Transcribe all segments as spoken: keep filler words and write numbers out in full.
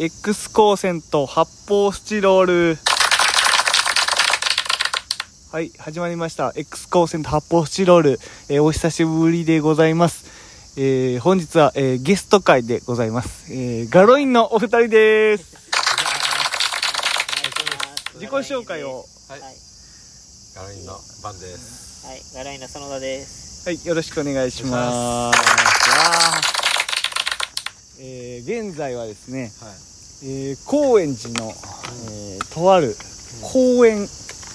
X 光線と発泡スチロール。はい、始まりました。X 光線と発泡スチロール、えー、お久しぶりでございます。えー、本日は、えー、ゲスト会でございます。えー、ガロインのお二人です。自己紹介を。 はい。ガロインのバンです。 はい、ガロインの園田です。 はい、よろしくお願いします。えー、現在はですね、はい、えー、高円寺の、えー、とある公園、うん、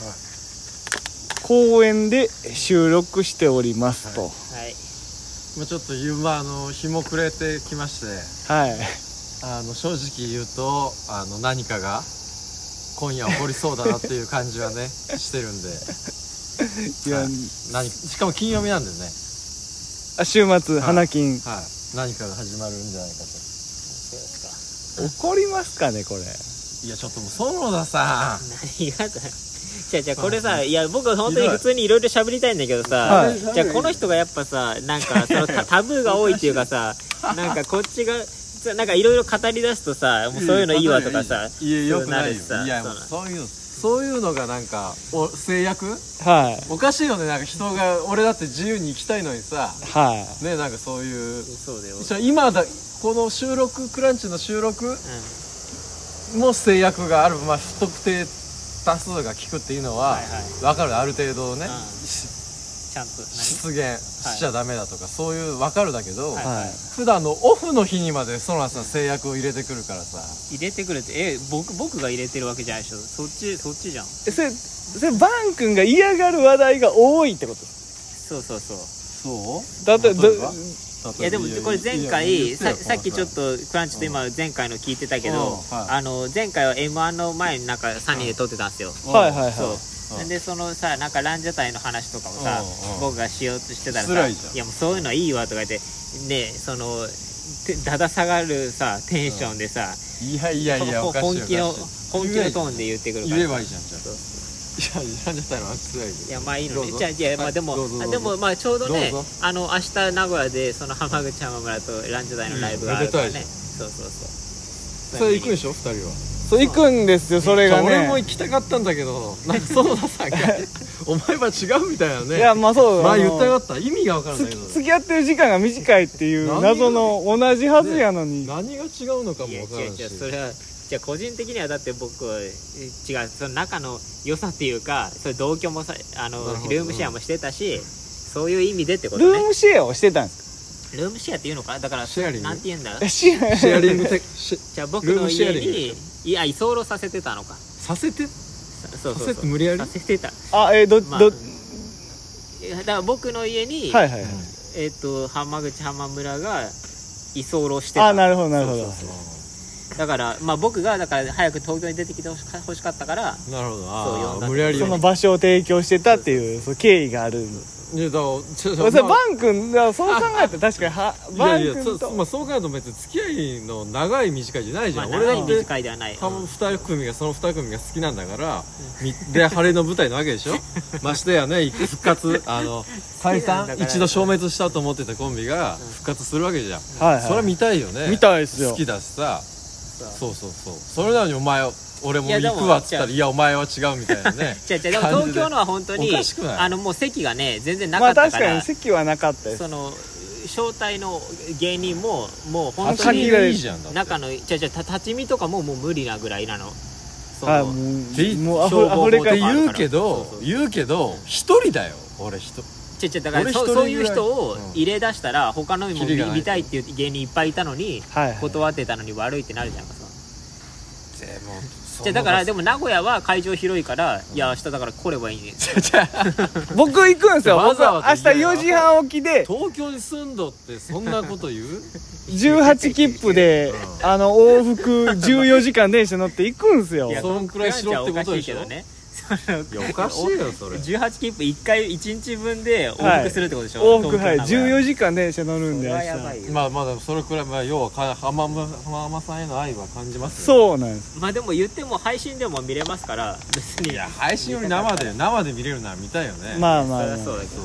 公園で収録しておりますと。はい。 はい、まあ、ちょっと夕間あの日も暮れてきまして、はい。あの正直言うとあの何かが今夜起こりそうだなっていう感じはねしてるんで。いや、はい、何しかも金曜日なんでね。 あ、週末、はい、花金。 はい。何かが始まるんじゃないかと。 そうですか。 怒りますかねこれ。 いやちょっともう園田さん。 何がだ。じゃあじゃあこれさ、いや僕は本当に普通にいろいろ喋りたいんだけどさ、はい、じゃあこの人がやっぱさなんかその タ, タブーが多いっていうかさ、なんかこっちがなんかいろいろ語り出すとさ、もうそういうのいいわとかさ、 いやよくないよ。いやもうそういうそういうのがなんかお制約、はい、おかしいよね。なんか人が俺だって自由に生きたいのにさ、はいね、なんかそういうそうだよ。 今だこの収録クランチの収録、うん、も制約がある。まあ不特定多数が聞くっていうのは、はいはい、分かる。ある程度ね、うん、 ちゃんと出現しちゃダメだとか、はい、そういう分かるだけど、はいはい、普段のオフの日にまで園田さん制約を入れてくるからさ。 入れてくるってえ僕僕が入れてるわけじゃないでしょ。そっちそっちじゃん。 えそれそれバン君が嫌がる話題が多いってこと。 そうそうそうそうだってどいやでもこれ前回 さ, さっきちょっとクランチと今前回の聞いてたけど、はい、あの前回は エムワン の前になんかさんにんで撮ってたんですよ。 はいはいはい。 そうでそのさなんかランジャタイの話とかをさ僕がしようとしてたらさ、いやもうそういうのいいわとか言ってね、そのだだ下がるさテンションでさ、 いやいやいやおかしい本気の本気のトーンで言ってくるから。 言えばいいじゃん。じゃあいや、ランジャタイのつらいで。 いやまあいいのね。じゃあいやまあでもでもまあちょうどね、あの明日名古屋でその浜口浜村とランジャタイのライブがあるからね。そうそうそう。 それ行くでしょ二人は。 そう行くんですよ。それがね。 俺も行きたかったんだけど、なんか園田さんがお前は違うみたいなね。 いやまあそう。 まあ言ったかった意味が分からないけど。 付き合ってる時間が短いっていう謎の同じはずやのに。 何が違うのかも分からないし。 いや違う違うそれは。じゃあ個人的にはだって僕は違うその仲の良さっていうか、それ同居もさあのルームシェアもしてたし、そういう意味でってことね。 ルームシェアをしてたんですか。ルームシェアっていうのか。だからシェアリングなんて言うんだ。 シェアリングテじゃあ僕の家にいや居候させてたのか。 させてそうそうそうさせて無理やりさせてた。 あえー、ど、 まあ、 どだから僕の家に、 はいはいはい、 えっ、ー、と浜口浜村が居候してた。 あなるほどなるほど。 そうそうそうだからまあ僕がだから早く東京に出てきてほしかったから。 なるほど。 そうあ無理やりその場所を提供してたっていうそう経緯がある。 いやだちょそれバン君だそう考えたら確かにはバン君といやいやそ,、まあ、そう考えると別に付き合いの長い短いじゃないじゃん、 まあ、 俺だって長い短いではない。 に組がそのに組が好きなんだから、うん、で晴れの舞台なわけでしょましてやね復活あの解散一度消滅したと思ってたコンビが復活するわけじゃん、うんはいはい、それは見たいよね。 見たいですよ。 好きだしさ。そうそうそう。それなのにお前俺も行くわっつったらいやお前は違うみたいなね違う違うでも東京のは本当におかしくない。 あのもう席がね全然なかったから、 まあ確かに席はなかったです。 その招待の芸人ももう本当に中の違う違う立ち見とかももう無理なぐらいなの。そのあもうもうあふれかって言うけどそうそう言うけど一人だよ俺一人。 違う違うだからそそういう人を入れ出したら他のにも 見, 見たいっていう芸人いっぱいいたのに、はいはい、断ってたのに悪いってなるじゃんかさ。 でもじゃだからでも名古屋は会場広いから、うん、いや明日だから来ればいいね僕行くんですよ。僕明日よじはん起きで東京に住んどってそんなこと言うじゅうはち切符で、うん、あの往復じゅうよじかん電車乗って行くんですよ。 いやそんくらいしろってことでしょ。いやおかしいよそれ。 じゅうはち切符いっかいいちにちぶんで往復するってことでしょ、 はい、往復はいじゅうよじかん電車乗るんで。 それはやばいよ。 まあまだそれくらい、まあ、要は浜間さんへの愛は感じますよ、ね、そうなんです。 まあでも言っても配信でも見れますから別に。 いや配信より生で生で見れるなら見たいよね。 まあまあ、まあ、 そりゃそうだけど、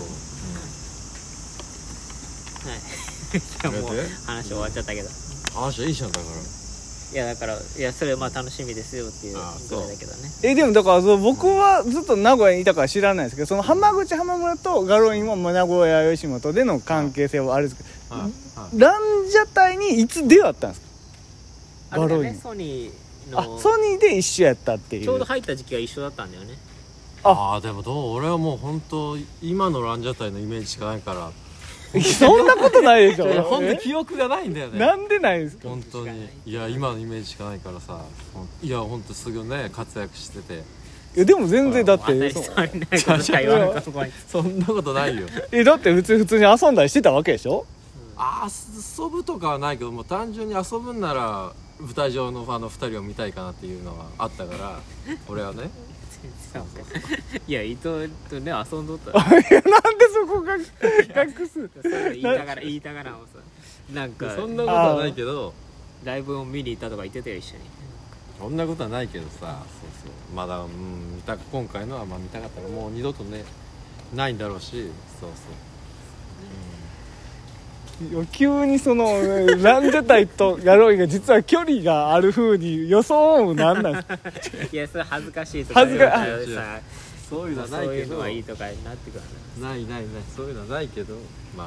うん、はいもう話終わっちゃったけど。 話はいいじゃんだから。 いやだからいやそれはまあ楽しみですよっていうぐらいだけどね。 えでもだからそう僕はずっと名古屋にいたから知らないですけど、その浜口浜村とガロインも名古屋吉本での関係性はあれですけど、はいはい、ランジャタイにいつ出会ったんですか？ガロイン、ね、 ソニーのあソニーで一緒やったっていう。 ちょうど入った時期が一緒だったんだよね。 ああでもどう俺はもう本当今のランジャタイのイメージしかないからそんなことないでしょ。 本当記憶がないんだよね。 なんでないんですか？ 本当にいや今のイメージしかないからさ、いや本当すぐね活躍してて。 いやでも全然だってそんなことないよ。 えだって普通普通に遊んだりしてたわけでしょ？ あ遊ぶとかはないけども単純に遊ぶんなら舞台上のあのふたりを見たいかなっていうのはあったから俺はね。 いや伊藤とね遊んどったらいやなんでそこが隠す言いたがら言いたがらもさなんかそんなことはないけどライブを見に行ったとか言ってたよ一緒に。 そんなことはないけどさそうそうまだ、うん、見た今回のはまあ見たかったらもう二度とねないんだろうしそうそう、 うん、急にそのランジャタイとガロイが実は距離がある風に装うなんなんですか？ いやそれ恥ずかしいとか恥ずかしいそういうのはないけどそういうのはいいとかになってくるないないないそういうのはないけどまあまあ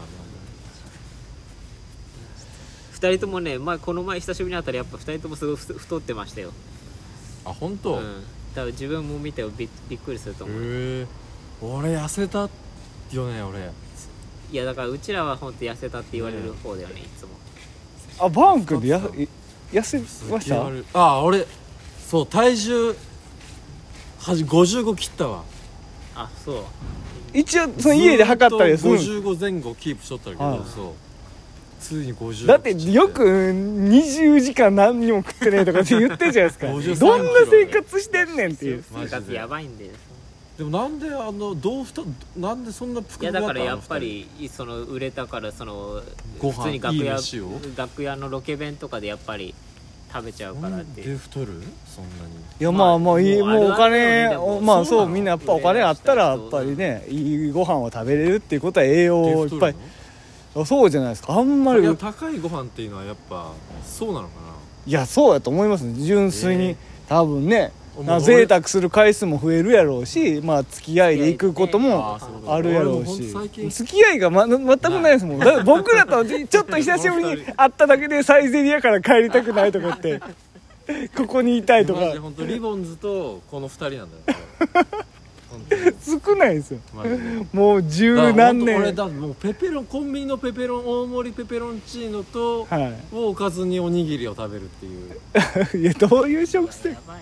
ふたりともね、まあ、この前久しぶりに会ったらやっぱふたりともすごい太ってましたよ。 あ本当？ うん多分自分も見て び, びっくりすると思う。 へえ俺痩せたよね俺。 いやだからうちらは本当痩せたって言われる方だよね、うん、いつも。 あバーン君でや痩せました？ あ俺そう体重はじごじゅうご切ったわ。 あそう一応その家で測ったりする。 ごじゅうご前後キープしとったけど、はい、そうついにごじゅうだってよくにじゅうじかん何にも食ってねえとかって言ってるじゃないですかどんな生活してんねんっていう。 生活やばいんで。 でもなんであのどうふたなんでそんな服があったの？いやだからやっぱりその売れたからその普通に楽屋楽屋のロケ弁とかでやっぱり食べちゃうからって。 で太るそんなに。 いやまあまあいいもうお金まあそうみんなやっぱお金あったらやっぱりねいいご飯を食べれるっていうことは栄養をいっぱい。そうじゃないですか。あんまりいや高いご飯っていうのはやっぱそうなのかな。 いやそうやと思いますね純粋に、えー、多分ね贅沢する回数も増えるやろうし、まあ付き合いで行くこともあるやろうし、付き合いが、ま、全くないですもん。だ僕らとちょっと久しぶりに会っただけでサイゼリヤから帰りたくないとかってここにいたいとか。 本当リボンズとこのふたりなんだよ少ないですよもう十何年。 俺だもうペペロンコンビニのペペロン大盛りペペロンチーノと、はい、をおかずにおにぎりを食べるっていういやどういう食生活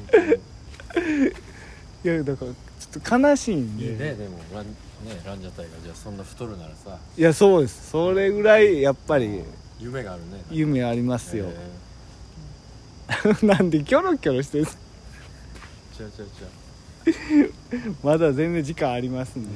いやだからちょっと悲しいんで。 いいねでもラン、ね、ランジャタイがじゃあそんな太るならさ。 いやそうですそれぐらいやっぱり夢があるね。 夢ありますよ、えー、なんでキョロキョロしてる。 違う違う違うまだ全然時間ありますね、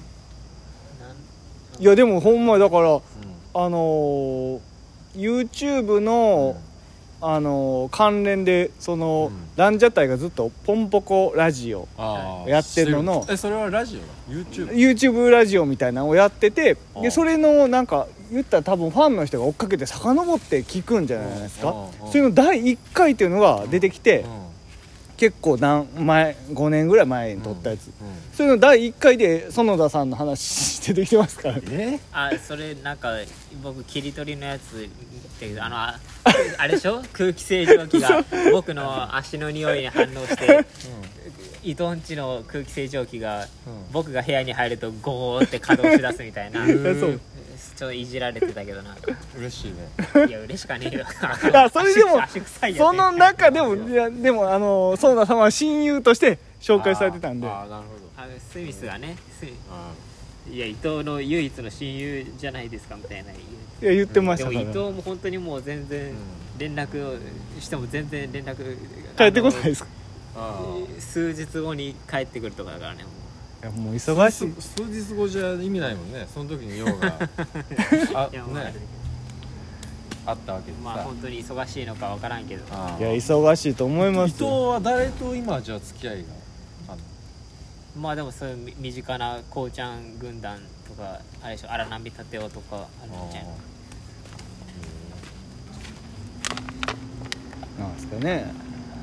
うん、いやでもほんまだから、うん、あのー、YouTube の、うん、あのー、関連でその、うん、ランジャタイがずっとポンポコラジオやってるののえそれはラジオ YouTube? YouTube ラジオみたいなのをやっててでそれのなんか言ったら多分ファンの人が追っかけて遡って聞くんじゃないですか。それのだいいっかいっていうのが出てきて、うんうん結構何前ごねんぐらい前に撮ったやつ、うんうん、それのだいいっかいで園田さんの話出てきてますからね。 えあそれなんか僕切り取りのやつあの あ, あれでしょ空気清浄機が僕の足の匂いに反応して、うん、伊藤んちの空気清浄機が、うん、僕が部屋に入るとゴーって稼働しだすみたいなそうちょっといじられてたけどなんか嬉しいね。 いや嬉しかねえよあそれでもその中でもいやでもあの園田様は親友として紹介されてたんで。 ああなるほど。 あのスミスがねいや伊藤の唯一の親友じゃないですかみたいな。いや言ってましたから。 でも伊藤も本当にもう全然連絡をしても全然連絡帰ってこないですか。 あ数日後に帰ってくるとかだからね。 いやもう忙しい。 数日後じゃ意味ないもんね。その時に用があねあったわけでさ。 まあ本当に忙しいのかわからんけど。 いや忙しいと思います。 伊藤は誰と今じゃあ付き合いがあるの？ まあでもそういう身近なこうちゃん軍団とかあれでしょ荒波立て男とかあるんじゃないの。 かね。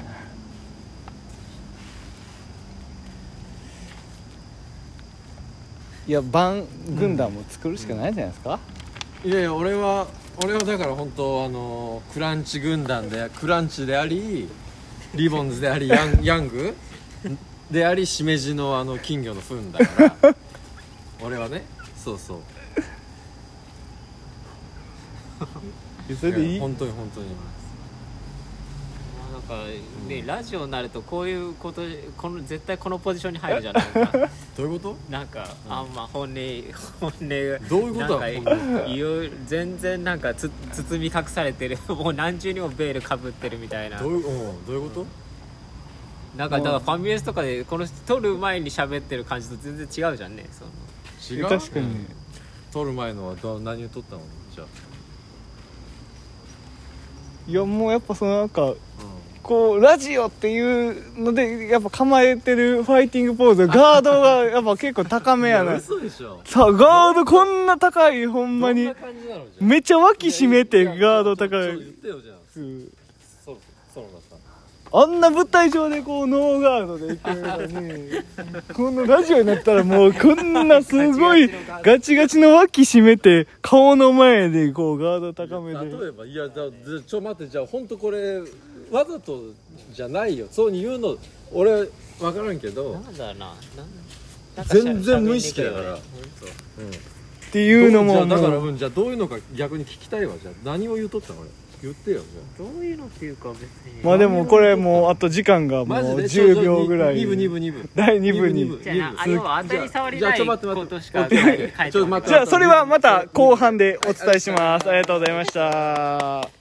いやバン軍団も作るしかないじゃないですか、 うん、いやいや俺は俺はだから本当あのクランチ軍団でクランチでありリボンズでありヤンヤングでありしめじのあの金魚の糞だから俺はねそうそうそれでいい本当に本当になんかね、ラジオになるとこういうことこの絶対このポジションに入るじゃないですかどういうことなんか、うん、あんま本音本音どういうことだなんかいろいろ全然なんかつ包み隠されてるもう何重にもベールかぶってるみたいなどういう、うん、どういうこと、うん、 なんかだからファミレスとかでこの撮る前に喋ってる感じと全然違うじゃんねその違う確かに、うん、 撮る前のはど何を撮ったのじゃあいやもうやっぱそのなんか、うんこうラジオっていうのでやっぱ構えてるファイティングポーズガードがやっぱ結構高めやな嘘でしょさあガードこんな高いほんまにめっちゃ脇締めてガード高い言ってよじゃあ、うん、そうそうだったあんな舞台上でこうノーガードでいけるのにこのラジオになったらもうこんなすごいガチガチの脇締めて顔の前でこうガード高めで例えばいやだちょ待ってじゃあ本当これわざとじゃないよそうに言うの俺分からんけどなんだろうななん全然無意識だから、うん、 っていうのもじゃあだから、うん、じゃあどういうのか逆に聞きたいわじゃあ何を言うとったの俺言ってよじゃあどういうのっていうか別にまあでもこれもうあと時間がもうじゅうびょうぐらいに部に部に部だいに部にじゃあ要は当たり障りないことしかじゃあそれはまた後半でお伝えしますありがとうございました。